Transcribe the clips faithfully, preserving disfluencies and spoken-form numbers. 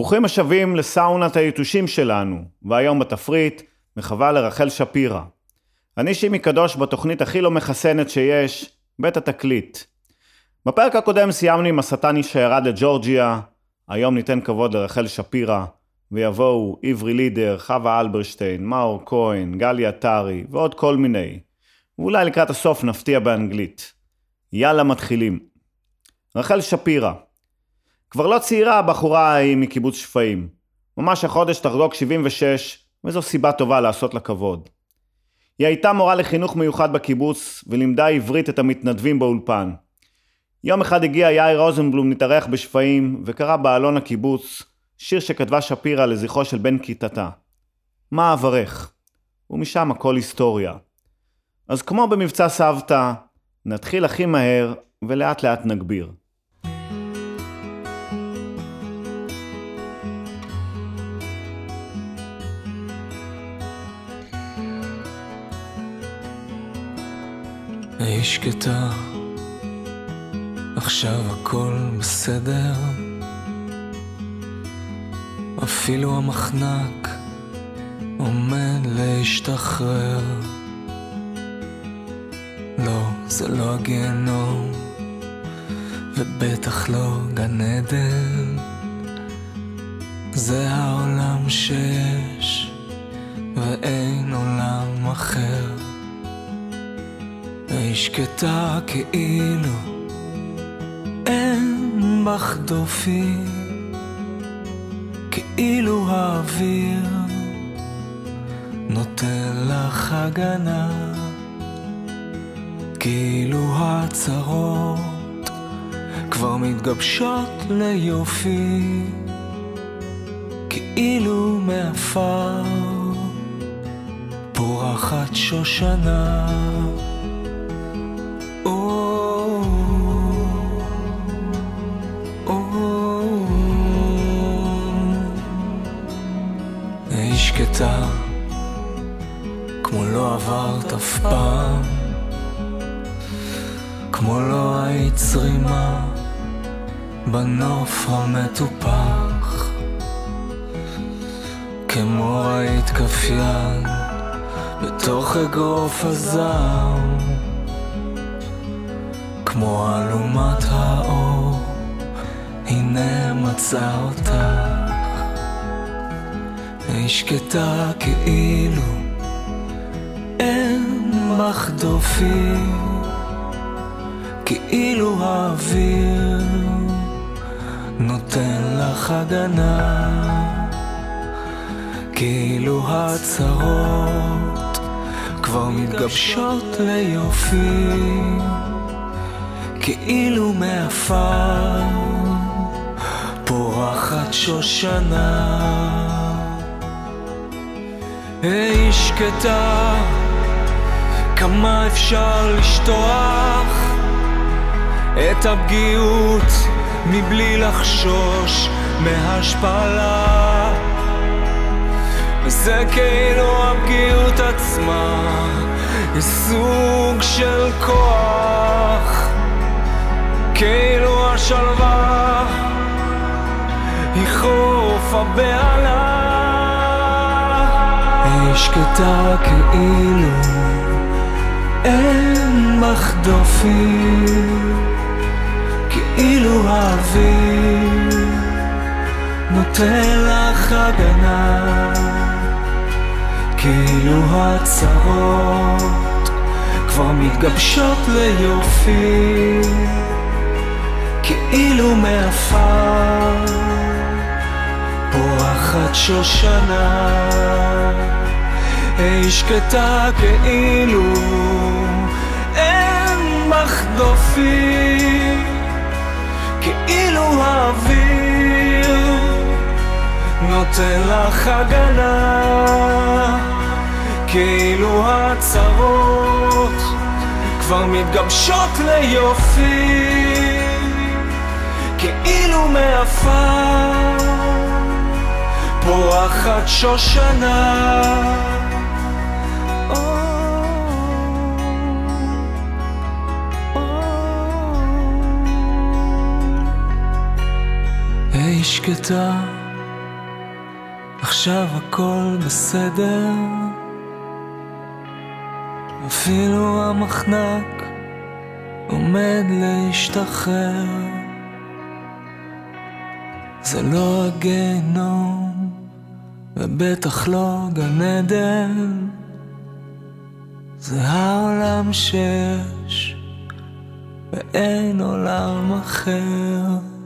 ברוכים השבים לסאונת היתושים שלנו, והיום בתפריט מחווה לרחל שפירא. אני שימי קדוש בתוכנית הכי לא מחסנת שיש, בית התקליט. בפרק הקודם סיימנו עם הסטני שירד לג'ורג'יה, היום ניתן כבוד לרחל שפירא, ויבואו עברי לידר, חווה אלברשטיין, מאור כהן, גלי עטרי ועוד כל מיני. ואולי לקראת הסוף נפתיע באנגלית. יאללה מתחילים. רחל שפירא. כבר לא צעירה הבחורה ההיא מקיבוץ שפיים. ממש החודש תחגוג שבעים ושש, וזו סיבה טובה לעשות לה כבוד. היא הייתה מורה לחינוך מיוחד בקיבוץ, ולימדה עברית את המתנדבים באולפן. יום אחד הגיע יאיר רוזנבלום להתארח בשפיים, וקרא בעלון הקיבוץ, שיר שכתבה שפירא לזכרו של בן כיתתה. מה אברך? ומשם הכל היסטוריה. אז כמו במבצע סבתא, נתחיל הכי מהר, ולאט לאט נגביר. היא שקטה, עכשיו הכל בסדר, אפילו המחנק עומד להשתחרר. לא, זה לא הגיהנום, ובטח לא גן עדן, זה העולם שיש, ואין עולם אחר. היא שקטה כאילו אין בך דופי, כאילו האוויר נותן לך הגנה, כאילו הצרות כבר מתגבשות ליופי, כאילו מאפר פורחת שושנה. שקטה, כמו לא עברת אף פעם, כמו לא היית צרימה בנוף המטופח, כמו היית כפיין בתוך אגרוף הזעם, כמו אלומת האור, הנה מצא אותך. היא שקטה כאילו אין בך דופי, כאילו האוויר נותן לך הגנה, כאילו הצרות כבר מתגבשות ליופי, כאילו מאפר פורחת שושנה. היא שקטה, כמה אפשר לשטוח את הפגיעות מבלי לחשוש מהשפלה, וזה כאילו הפגיעות עצמה היא סוג של כוח, כאילו השלווה היא חוף הבעלה. היא שקטה כאילו אין בך דופי, כאילו האוויר נותן לך הגנה, כאילו הצרות כבר מתגבשות ליופי, כאילו מאפר פורחת שושנה. היא שקטה כאילו אין בך דופי, כאילו האוויר נותן לך הגנה, כאילו הצרות כבר מתגבשות ליופי, כאילו מאפר פורחת שושנה. היא שקטה עכשיו הכל בסדר, אפילו המחנק עומד להשתחרר. זה לא הגיהנום ובטח לא גן עדן, זה העולם שיש ואין עולם אחר.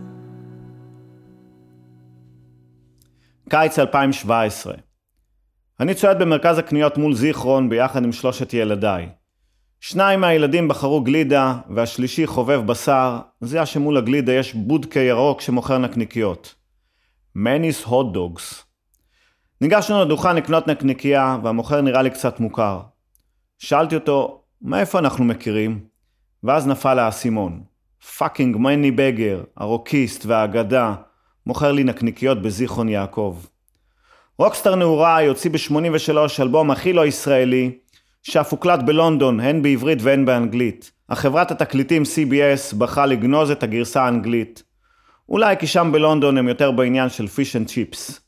קיץ אלפיים שבע עשרה. אני צועד במרכז הקניות מול זיכרון ביחד עם שלושת ילדיי. שניים מהילדים בחרו גלידה והשלישי חובב בשר, זה שמול הגלידה יש בודקה ירוק שמוכר נקניקיות. מניס הוט דוגס. ניגשנו לדוכן לקנות נקניקייה והמוכר נראה לי קצת מוכר. שאלתי אותו, מאיפה אנחנו מכירים? ואז נפל האסימון. פאקינג מני בגר, הרוקיסט והאגדה, מוכר לי נקניקיות בזיכרון יעקב. רוקסטר נעוריי הוציא ב-שמונים ושלוש אלבום הכי לא ישראלי, שאף הוקלט בלונדון, הן בעברית והן באנגלית. החברת התקליטים סי בי אס בחרה לגנוז את הגרסה האנגלית. אולי כי שם בלונדון הם יותר בעניין של פיש אנד צ'יפס.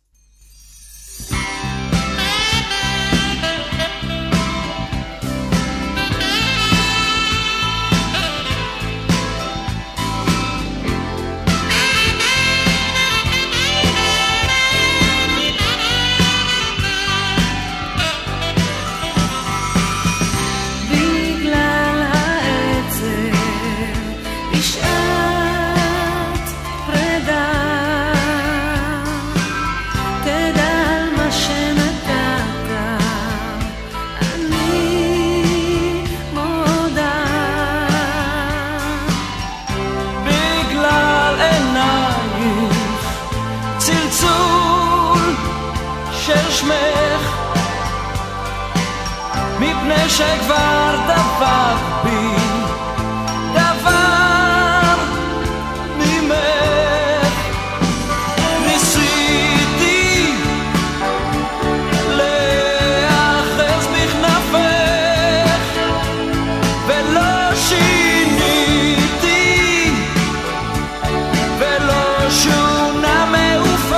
מפני שכבר דבר בי, דבר ממך. ניסיתי להאחז בכנפך ולא שיניתי ולא שונה מעופך.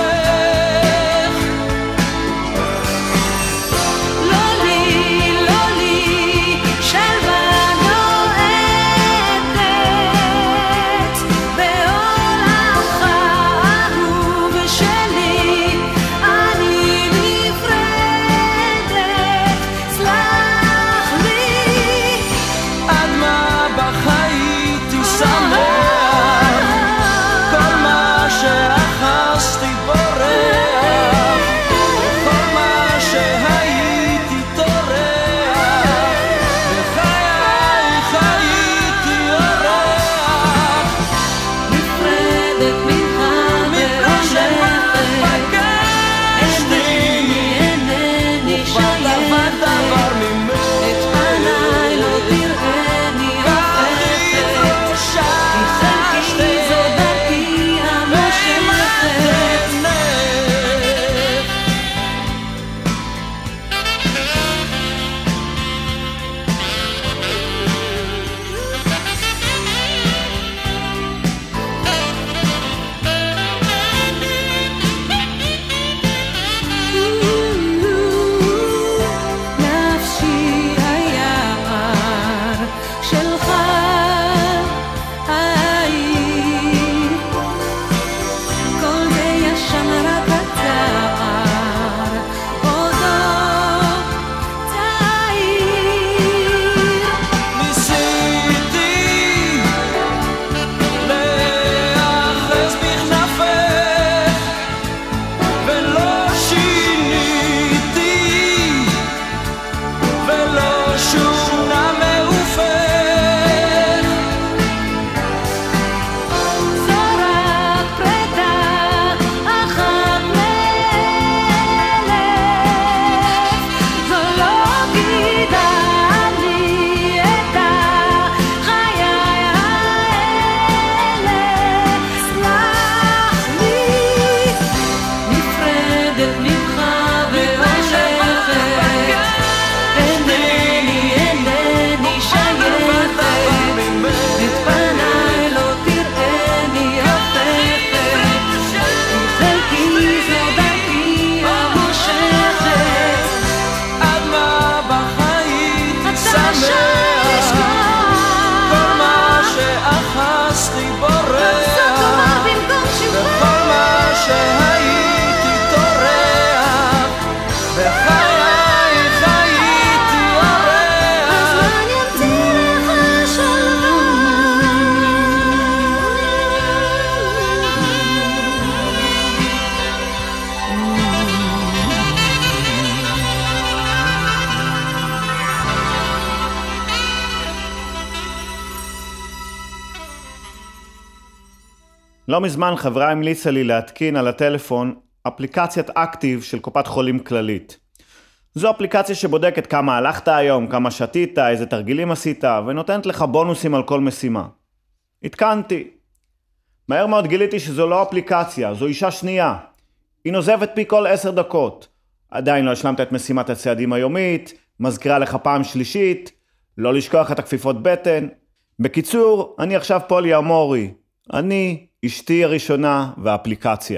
לא מזמן חברה המליצה לי להתקין על הטלפון אפליקציית אקטיב של קופת חולים כללית. זו אפליקציה שבודקת כמה הלכת היום, כמה שתית, איזה תרגילים עשית, ונותנת לך בונוסים על כל משימה. התקנתי. מהר מאוד גיליתי שזו לא אפליקציה, זו אישה שנייה. היא נוזבת פי כל עשר דקות. עדיין לא השלמת את משימת הצעדים היומית, מזכירה לך פעם שלישית, לא לשכוח את הכפיפות בטן. בקיצור, אני עכשיו פולי אמורי. אני, אשתי הראשונה והאפליקציה.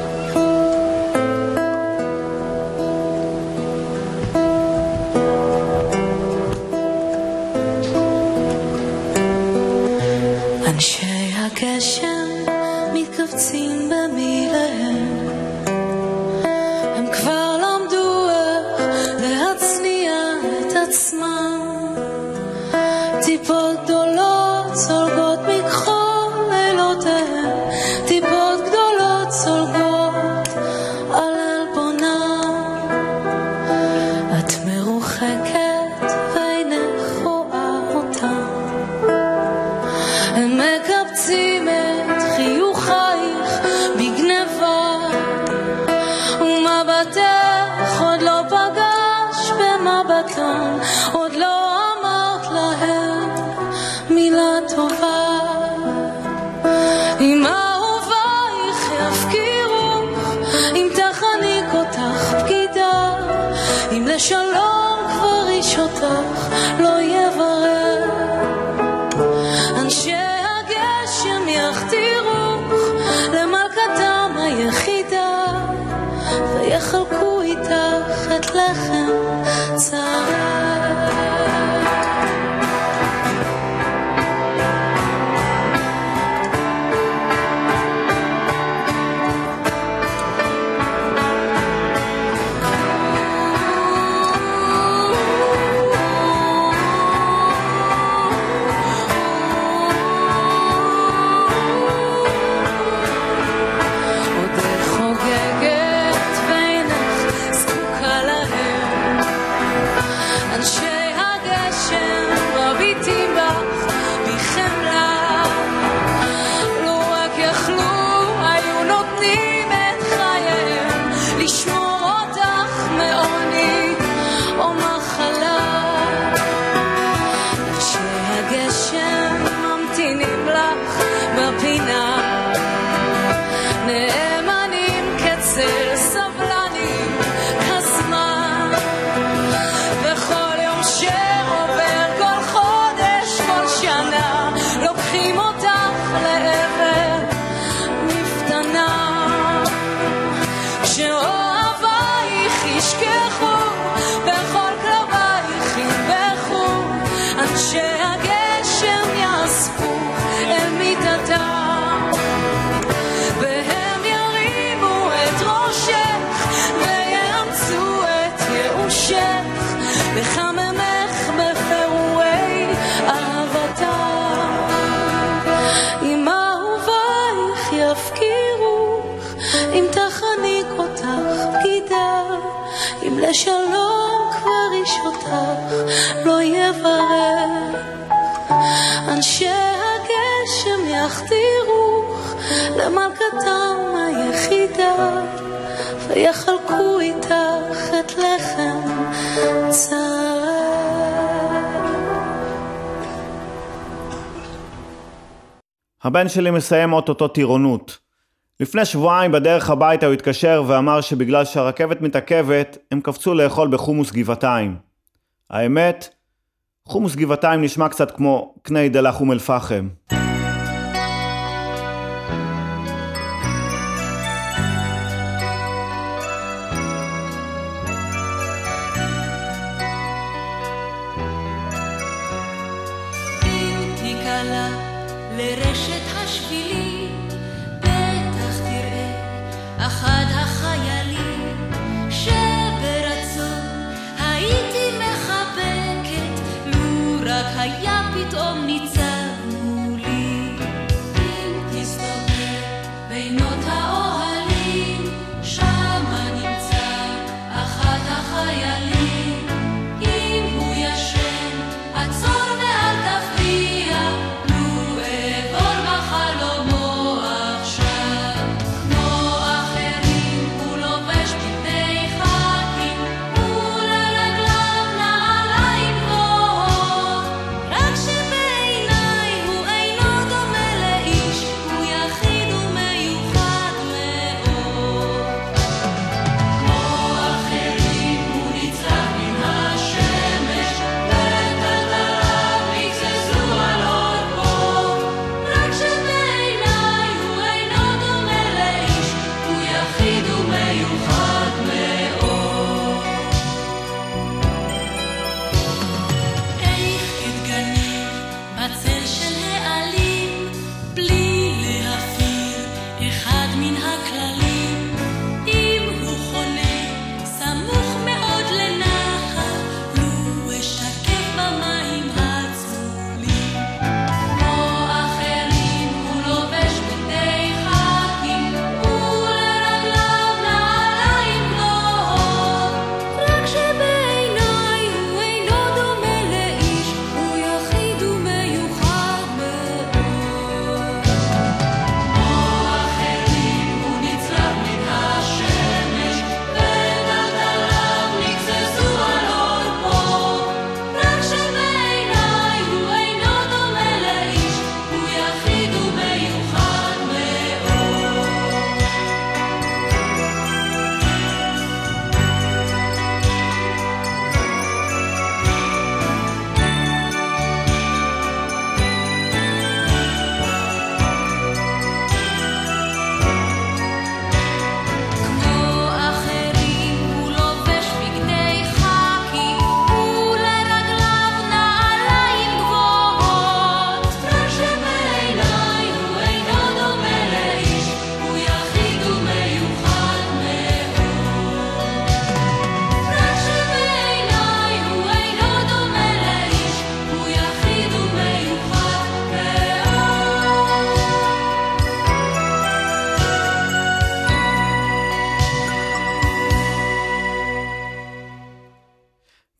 אנשי הגשם מתכווצים במיליהם, הם כבר למדו איך להצניע את עצמם. טיפות גדולות צולגות מכחול לילותיהם, טיפות גדולות צולגות על אלבונם. את מרוחקת ואינך רואה אותם, הם מקבצים את חיוכייך בגנבה, ומבטך עוד לא פגש במבטם, עוד לא אמרת להם מילה טובה. אם אהובייך יפקירוך, אם תחניק אותך בגידה, אם לשלום כבר איש אותך לא יברר. אנשי הגשם יכתירוך למלכתם היחידה, ויחלקו איתך את לחם צער. לשלום כבר איש אותך לא יברר. אנשי הגשם יכתירוך למלכתם היחידה, ויחלקו איתך את לחם צער. הבן שלי מסיים אוטוטו טירונות. לפני שבועיים בדרך הביתה הוא התקשר ואמר שבגלל שהרכבת מתעכבת, הם קפצו לאכול בחומוס גבעתיים. האמת, חומוס גבעתיים נשמע קצת כמו קני דלח אום אל פחם. אם תיקלה לרשת השבילים, בטח תראה אחד החיילים שברצון הייתי מחבקת, לו רק היה פתאום ניצב מולי. אם תסתובב בינות האוהלים, שמה נמצא אחד החיילים. אם הוא ישן עצור ואל תפריע, לו אעבור בחלומות.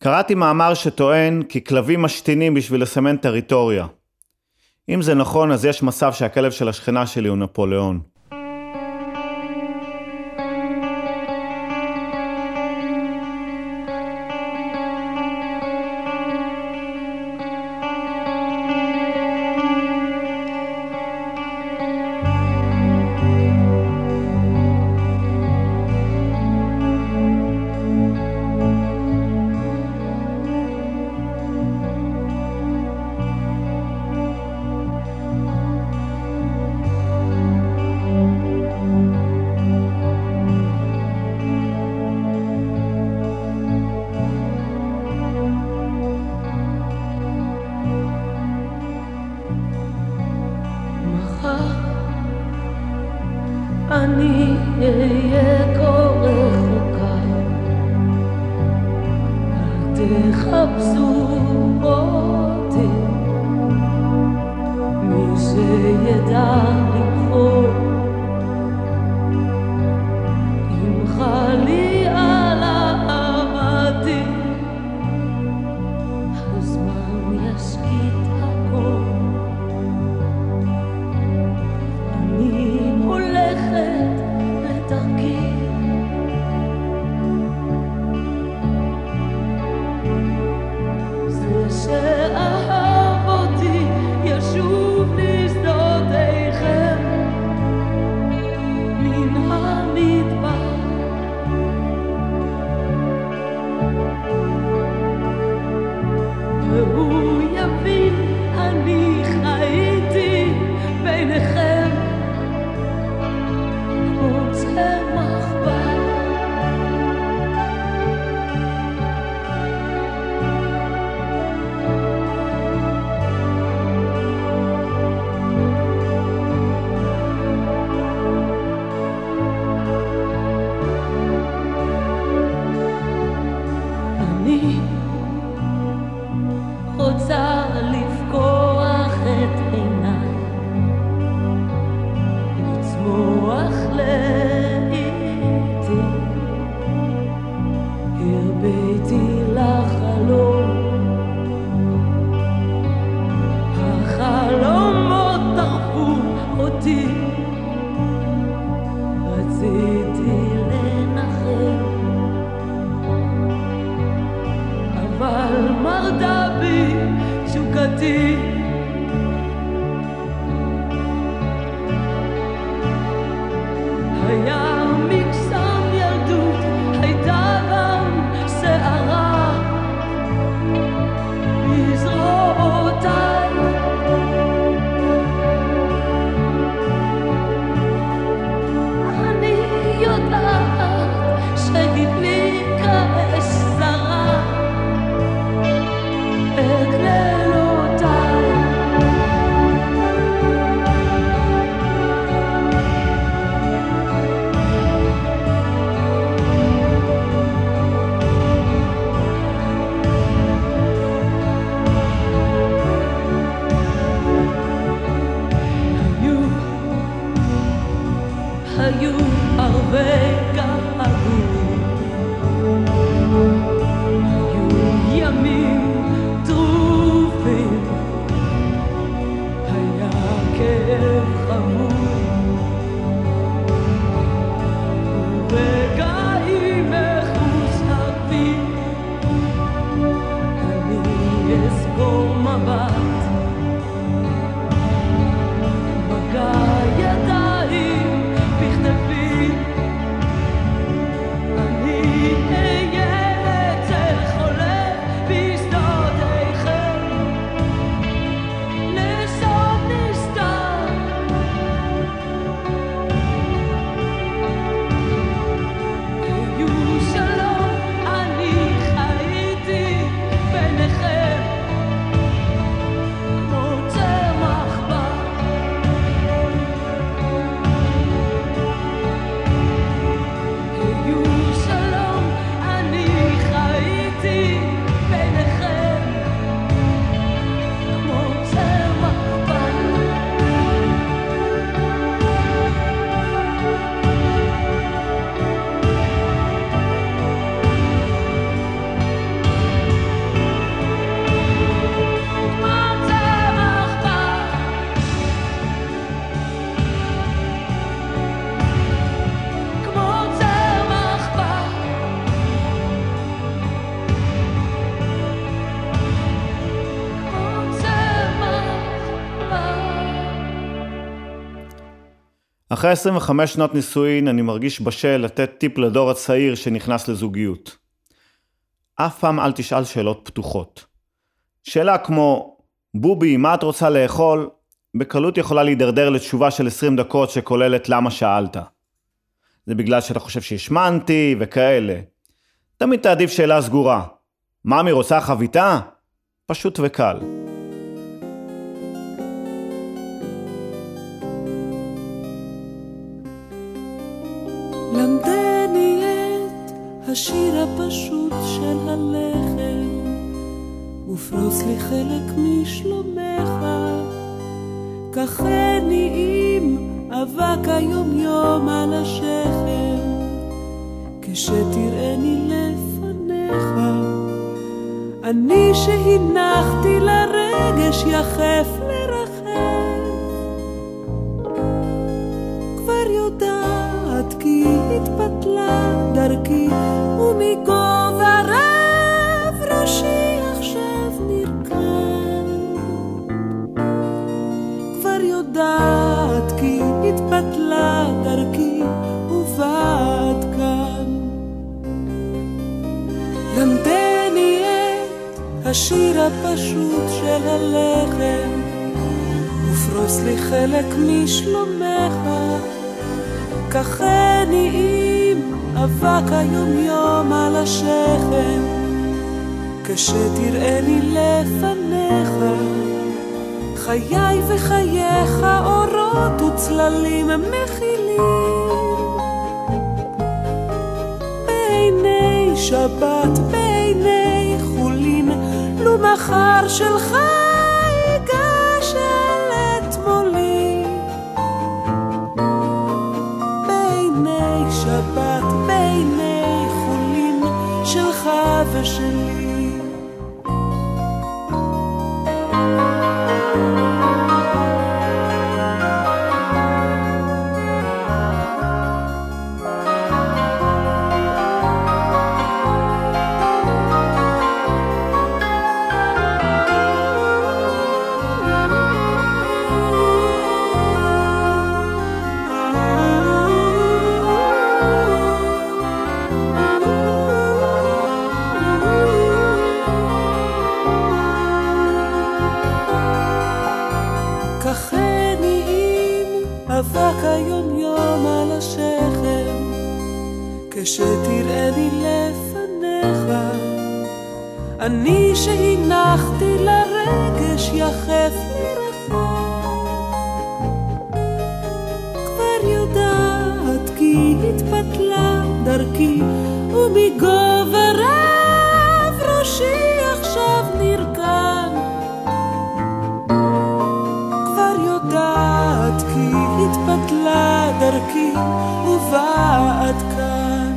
קראתי מאמר שטוען כי כלבים משתינים בשביל לסמן טריטוריה. אם זה נכון, אז יש מצב שהכלב של השכנה שלי הוא נפוליאון. אני אהיה כה רחוקה, אל תחפשו אותי, מי שידע למחול, ימחה לי על אהבתי, הזמן ישקיט הכל. אני הולכת לדרכי, זה שאהב אותי ישוב לשדותיכם מן המדבר, והוא יבין אני חייתי ביניכם אני רוצה לפקוח את עיניי, לצמוח לאיתי, הרביתי לחלום, החלומות טרפו אותי, רציתי לנחם, אבל מרדה בי תשוקתי, היה מקסם ילדות, הייתה גם שערה בזרועותיי, אני יודעת שהדליקה אש זרה את לילותיי, היו הרבה געגועים, היו ימים טרופים, היה כאב חמור, ורגעים מחושבים, אני אסגור מבט, מגע ידיים בכתפי, אני אהיה אצל חולה אחרי עשרים וחמש שנות נישואין אני מרגיש בשל לתת טיפ לדור הצעיר שנכנס לזוגיות. אף פעם אל תשאל שאלות פתוחות. שאלה כמו, בובי, מה את רוצה לאכול? בקלות יכולה להידרדר לתשובה של עשרים דקות שכוללת למה שאלת. זה בגלל שאתה חושב שהשמנתי וכאלה. תמיד תעדיף שאלה סגורה. מאמי רוצה חביתה? פשוט וקל. למדני את השיר הפשוט של הלחם, ופרוס לי חלק משלומך, קחני עם אבק היום יום על השכם, כשתראני לפניך, אני שהנחתי לרגש יחף לרחב, כבר יודעת כי התפתלה דרכי, ומגובה רב ראשי עכשיו נרכן, כבר יודעת כי התפתלה דרכי ובאת כאן. למדני את השיר הפשוט של הלחם, ופרוס לי חלק משלומך, קחני עם אבק היום יום על השכם, כשתראני לפניך, חיי וחייך אורות וצללים מכילים, בעיני שבת בעיני חולין, לו מחר שלך ייגש אל אתמולי, בעיני שבת בעיני חולין שלך ושלי. קחני עם אבק היום יום על השכם, כשתראני לפניך, אני שהנחתי לרגש יחף לרחב, כבר יודעת כי התפתלה דרכי, ומגובה רב ראשי עכשיו נרכן, כי התפתלה דרכי ובאת כאן.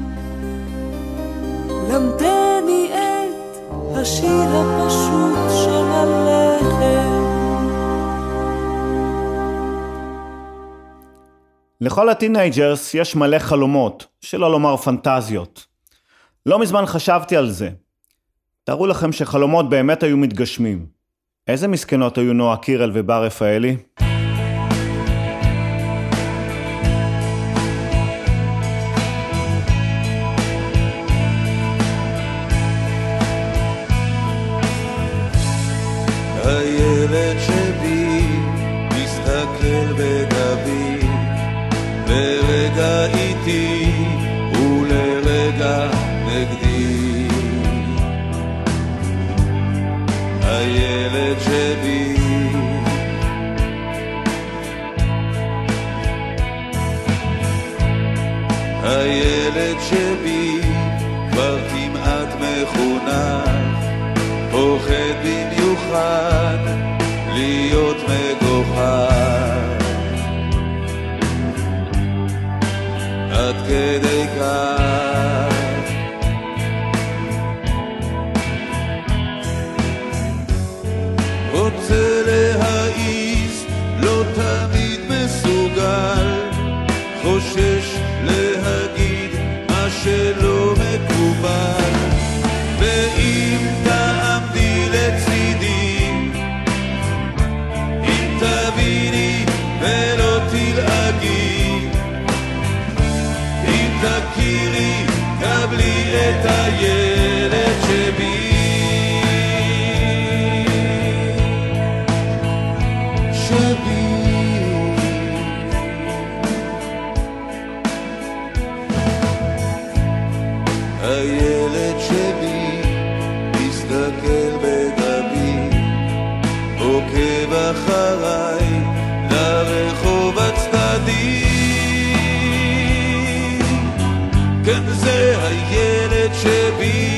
למדני את השיר הפשוט של הלחם. לכל הטינג'רס יש מלא חלומות, שלא לומר פנטזיות. לא מזמן חשבתי על זה. תארו לכם שחלומות באמת היו מתגשמים. איזה מסכנות היו נועה קירל ובר רפאלי? הילד שבי מסתכל בגבי, לרגע איתי ולרגע נגדי. הילד שבי הילד שבי כבר כמעט מחונך, פוחד במיוחד להיות מגוחך, עד כדי כך רוצה להעיז, לא תמיד מסוגל, חושש להגיד מה שלא מקובל, ואם תעמדי לצידי, אם תביני ולא תלעגי, מתדקל בגבי, עוקב אחריי לרחוב הצדדי. כן, זה הילד שבי,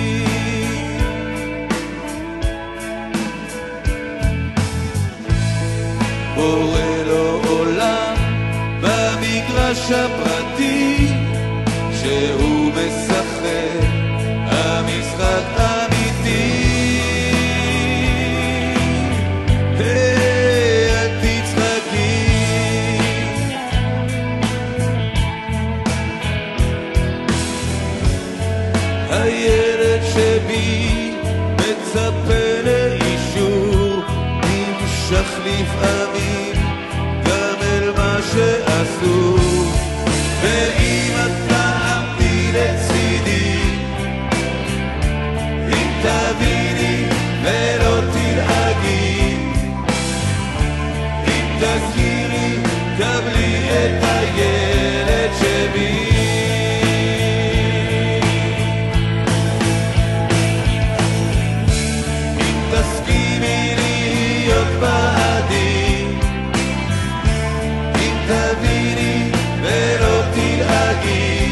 בורא לו עולם במגרש הפרטי שהוא משחק, המשחק אמיתי. היי, אל תצחקי, הילד שבי מצפה לאישור, נמשך לפעמים גם אל מה שאסור. ואם את תעמדי לצידי, אם תביני ולא תלעגי, אם תזכירי קבלי את הילד שבי. אם תסכימי להיות בעדי, אם תביני ולא תלעגי,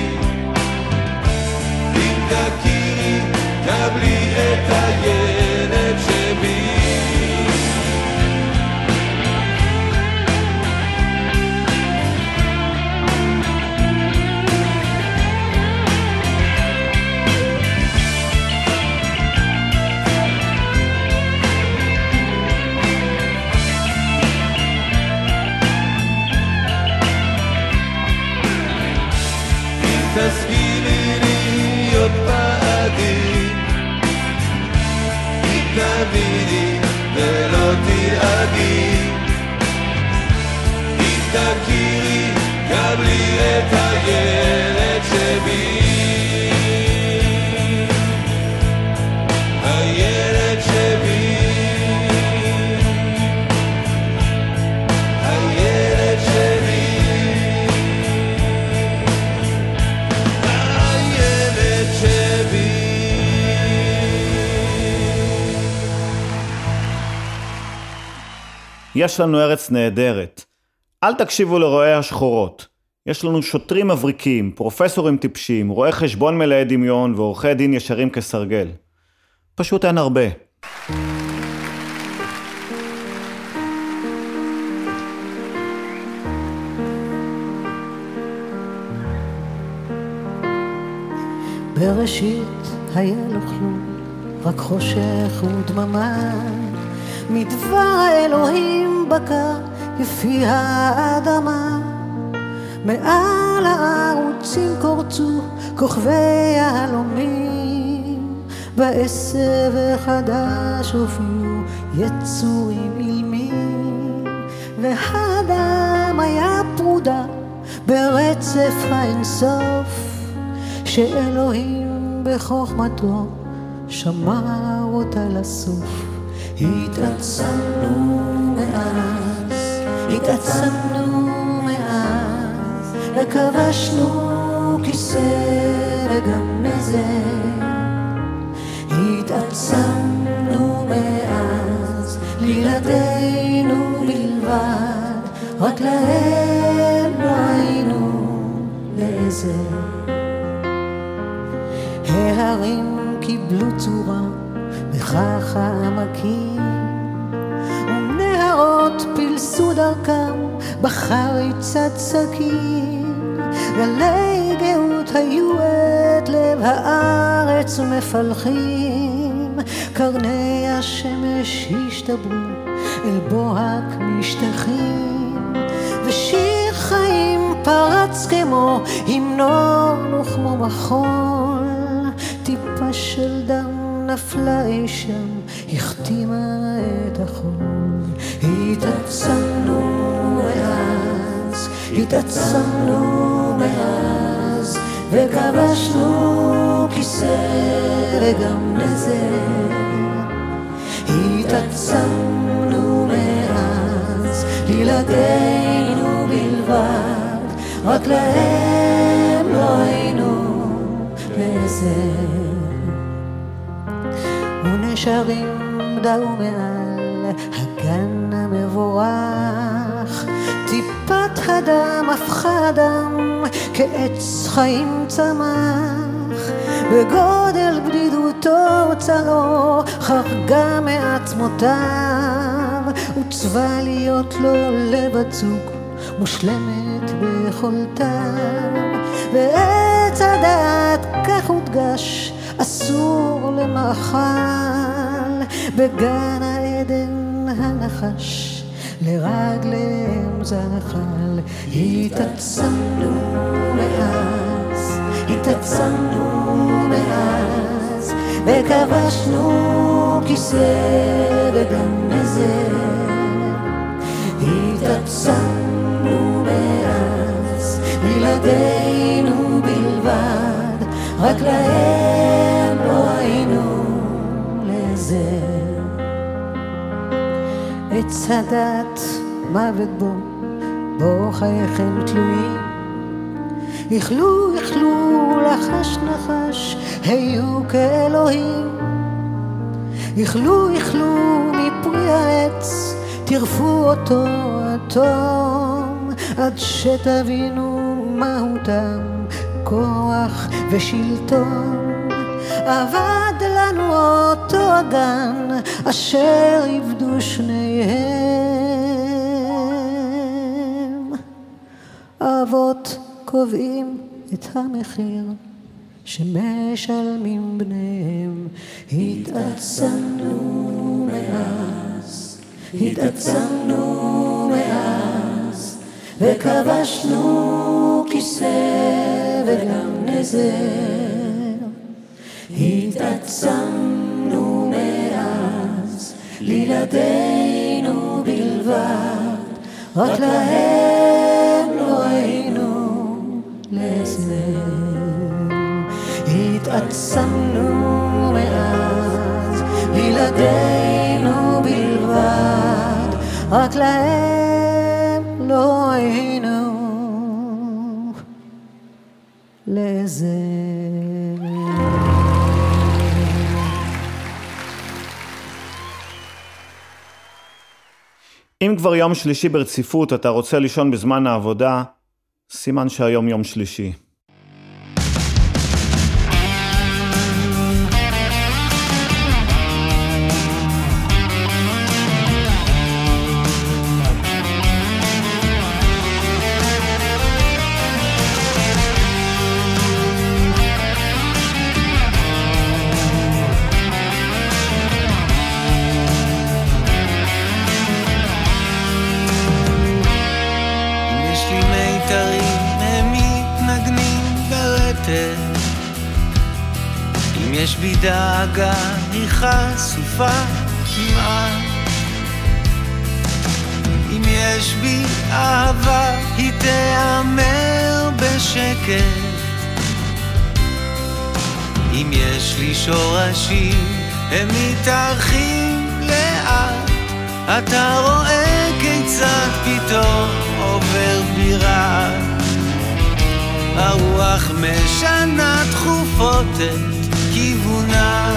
אם תכירי קבלי את הילד שבי. תסכימי להיות בעדי, אם תביני ולא תלעגי, אם תכירי קבלי את הילד שבי. הילד שבי, הילד שבי, יש לנו ארץ נהדרת. אל תקשיבו לרואי השחורות. יש לנו שוטרים מבריקים, פרופסורים טיפשים, רואי חשבון מלאי דמיון ועורכי דין ישרים כסרגל. פשוט אין הרבה. בראשית היה לו כלום, רק חושך ודממה, מדבר האלוהים בקע יפי האדמה, מעל הערוצים קורצו כוכבי יהלומים, בעשב החדש הופיעו יצורים אילמים, והאדם היה פרודה ברצף האינסוף, שאלוהים בחוכמתו שמר אותה לסוף. התעצמנו מאז, התעצמנו מאז, וכבשנו כיסא וגם נזר. התעצמנו מאז, לילדינו בלבד, רק להם לא היינו לעזר. ההרים קיבלו צורה בכך העמקים, ונהרות פילסו דרכם בחריצת סכין, גלי גאות היו את לב הארץ מפלחים, קרני השמש השתברו אל בוהק משתחים, ושיר חיים פרץ כמו המנון וכמו מחול, טיפה של דם נפלה אי שם, החתימה את החול. התעצמנו מאז, התעצמנו מאז, וכבשנו כיסא וגם נזר. התעצמנו מאז, לילדינו בלבד, רק להם לא היינו לעזר. ונשרים דאו מעל הגן המבורך. טיפת הדם הפכה דם, כעץ חיים צמח, בגודל בדידותו צלו חרגה מעצמותיו, וצבא להיות לו לבת זוג מושלמת ביכולתיו. ועץ הדעת כך הודגש אסור למאכל, בגן העדן הנחש לרגליהם זחל. התעצמנו מאז, התעצמנו מאז, וכבשנו כיסא בגן עזר. התעצמנו מאז, בלעדינו בלבד, רק להם לא היינו לעזר. עץ הדת מוות בו, בו חייכם תלויים, יחלו יחלו לחש נחש, היו כאלוהים. יחלו יחלו מפרי העץ, תרפו אותו אטום, עד שתבינו מהותם כוח ושלטון. עבד לנו אותו הגן אשר עבדו שניהם. אבות קובעים את המחיר שמשלמים בניהם. התעצמנו מאז, התעצמנו מאז, וכבשנו כיסא וגם נזר. התעצמנו מאז, לילדינו בלבד, רק להם לא היינו לעזר. התעצמנו מאז, לילדינו בלבד, רק להם לא היינו לעזר. אם כבר יום שלישי ברציפות אתה רוצה לישון בזמן העבודה, סימן שהיום יום שלישי. אם יש בי דאגה היא חשופה כמעט, אם יש בי אהבה היא תאמר בשקט, אם יש לי שורשים הם מתארחים לאט. אתה רואה כיצד פתאום עובר בירה, הרוח משנה תכופות את כיוונה.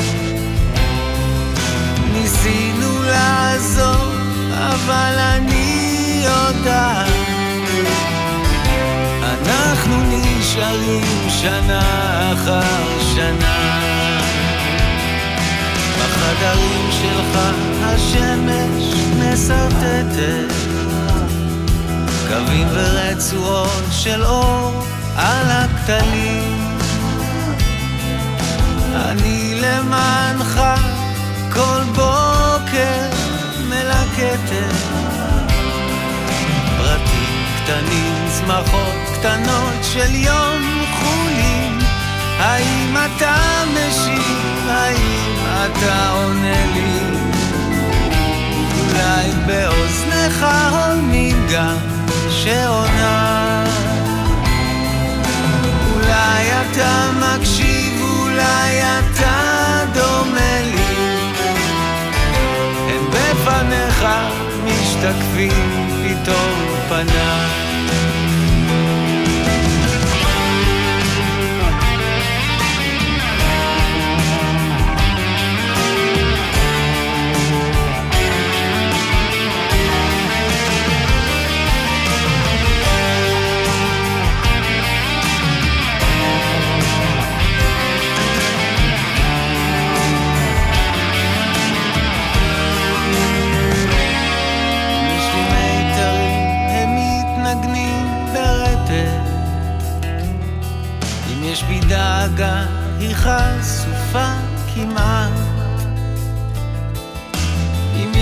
ניסינו לעזור אבל אני יודעת, אנחנו נשארים שנה אחר שנה. בחדרים שלך השמש מסרטטת קווים ורצועות של אור על הכתלים. אני למענך כל בוקר מלקטת פרטים קטנים, צמחות קטנות של יום חולים. האם אתה משיב? האם אתה עונה לי? אולי באוזנך הולמים גם שעונה. אולי אתה מקשיב, אולי אתה דומה לי. הם בפניך משתקפים פתאום פניי.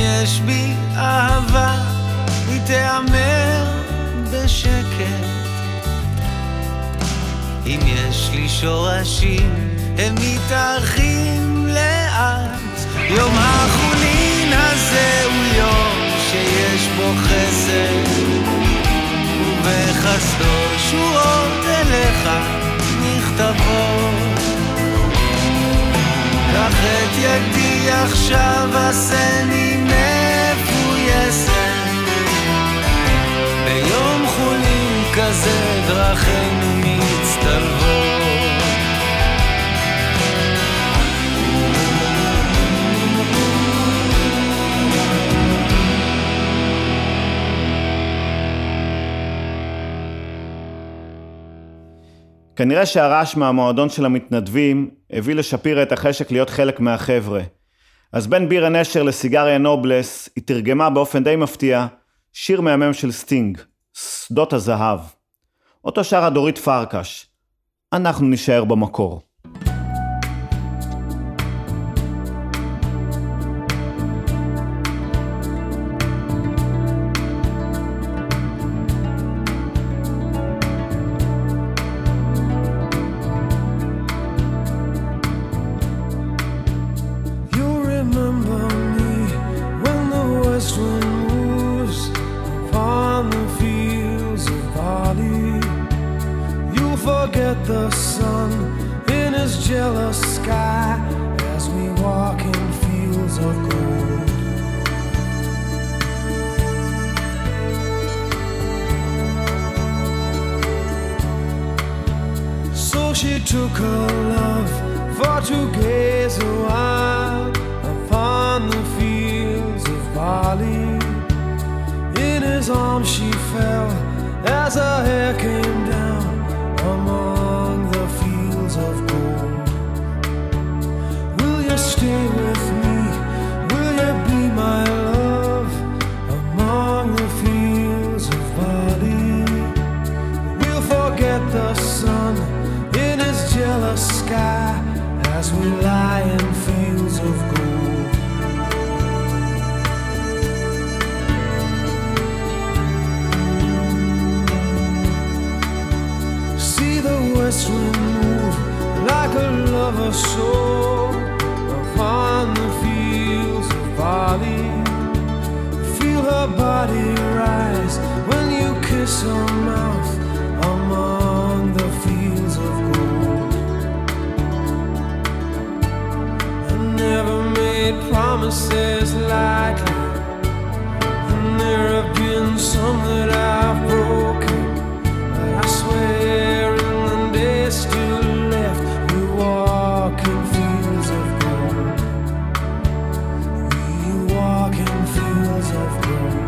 יש בי אהבה, היא תאמר בשקט. אם יש לי שורשים, הם מתארחים לאט. יום החולין הזה הוא יום שיש בו חסד, ובחסדו שורות אליך נכתבות. קח את ידי עכשיו, עשני מפויסת, ביום חולין כזה דרכינו מצטלבות. כנראה שהרעש מהמועדון של המתנדבים הביא לשפירה את החשק להיות חלק מהחבר'ה. אז בין בירה נשר לסיגריה נובלס היא תרגמה באופן די מפתיע שיר מהמם של סטינג, שדות הזהב. אותו שרה דורית פרקש, אנחנו נשאר במקור. The sun in his jealous sky as we walk in fields of gold. So she took her love for to gaze a while upon the fields of barley. In his arms she fell as her hair came down among the fields of gold. Will you stay with me? Will you be my love among the fields of barley? We'll forget the sun in his jealous sky as we lie in fields of gold. West wind move like a lover soul upon the fields of barley. Feel her body rise when you kiss her mouth among the fields of gold. I never made promises lightly, and there have been some that I've broken, but I swear still left, we walk in fields of gold. We walk in fields of gold.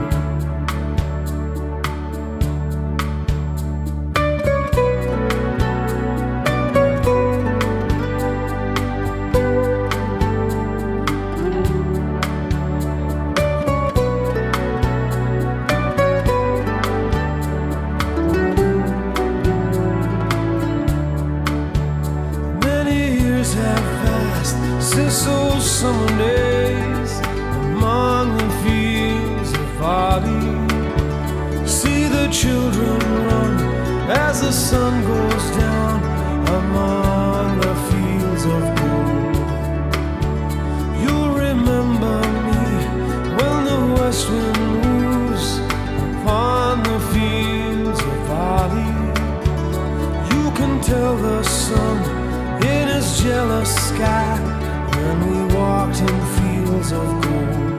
Since those summer days among the fields of barley, see the children run as the sun goes down among the fields of gold. You'll remember me when the west wind moves upon the fields of barley. You can tell the sun in his jealous sky when we walked in fields of gold.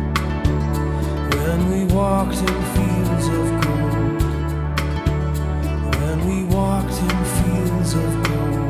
When we walked in fields of gold. When we walked in fields of gold.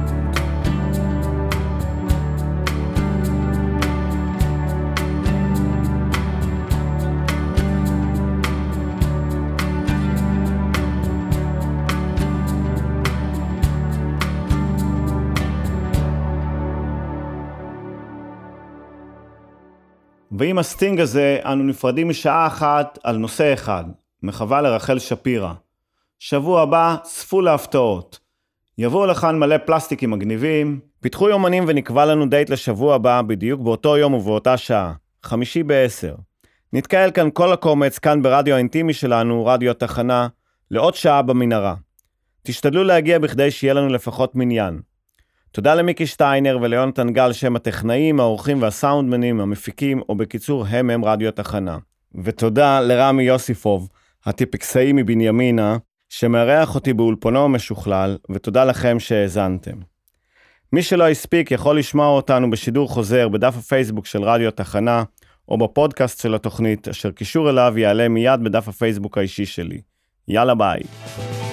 ועם הסטינג הזה אנו נפרדים משעה אחת על נושא אחד, מחווה לרחל שפירה. שבוע הבא צפו להפתעות. יבואו לכאן מלא פלסטיקים מגניבים, פיתחו יומנים ונקבע לנו דייט לשבוע הבא בדיוק באותו יום ובאותה שעה. חמישי בעשר. נתקהל כאן כל הקומץ, כאן ברדיו האינטימי שלנו, רדיו התחנה, לעוד שעה במנהרה. תשתדלו להגיע בכדי שיהיה לנו לפחות מניין. תודה למיקי שטיינר וליונתן גל שהם הטכנאים, האורחים והסאונדמנים, המפיקים, או בקיצור הם הם רדיו התחנה. ותודה לרמי יוסיפוב, הטיפקסאי מבנימינה, שמארח אותי באולפנו המשוכלל, ותודה לכם שהאזנתם. מי שלא הספיק יכול לשמוע אותנו בשידור חוזר בדף הפייסבוק של רדיו התחנה, או בפודקאסט של התוכנית, אשר קישור אליו יעלה מיד בדף הפייסבוק האישי שלי. יאללה ביי.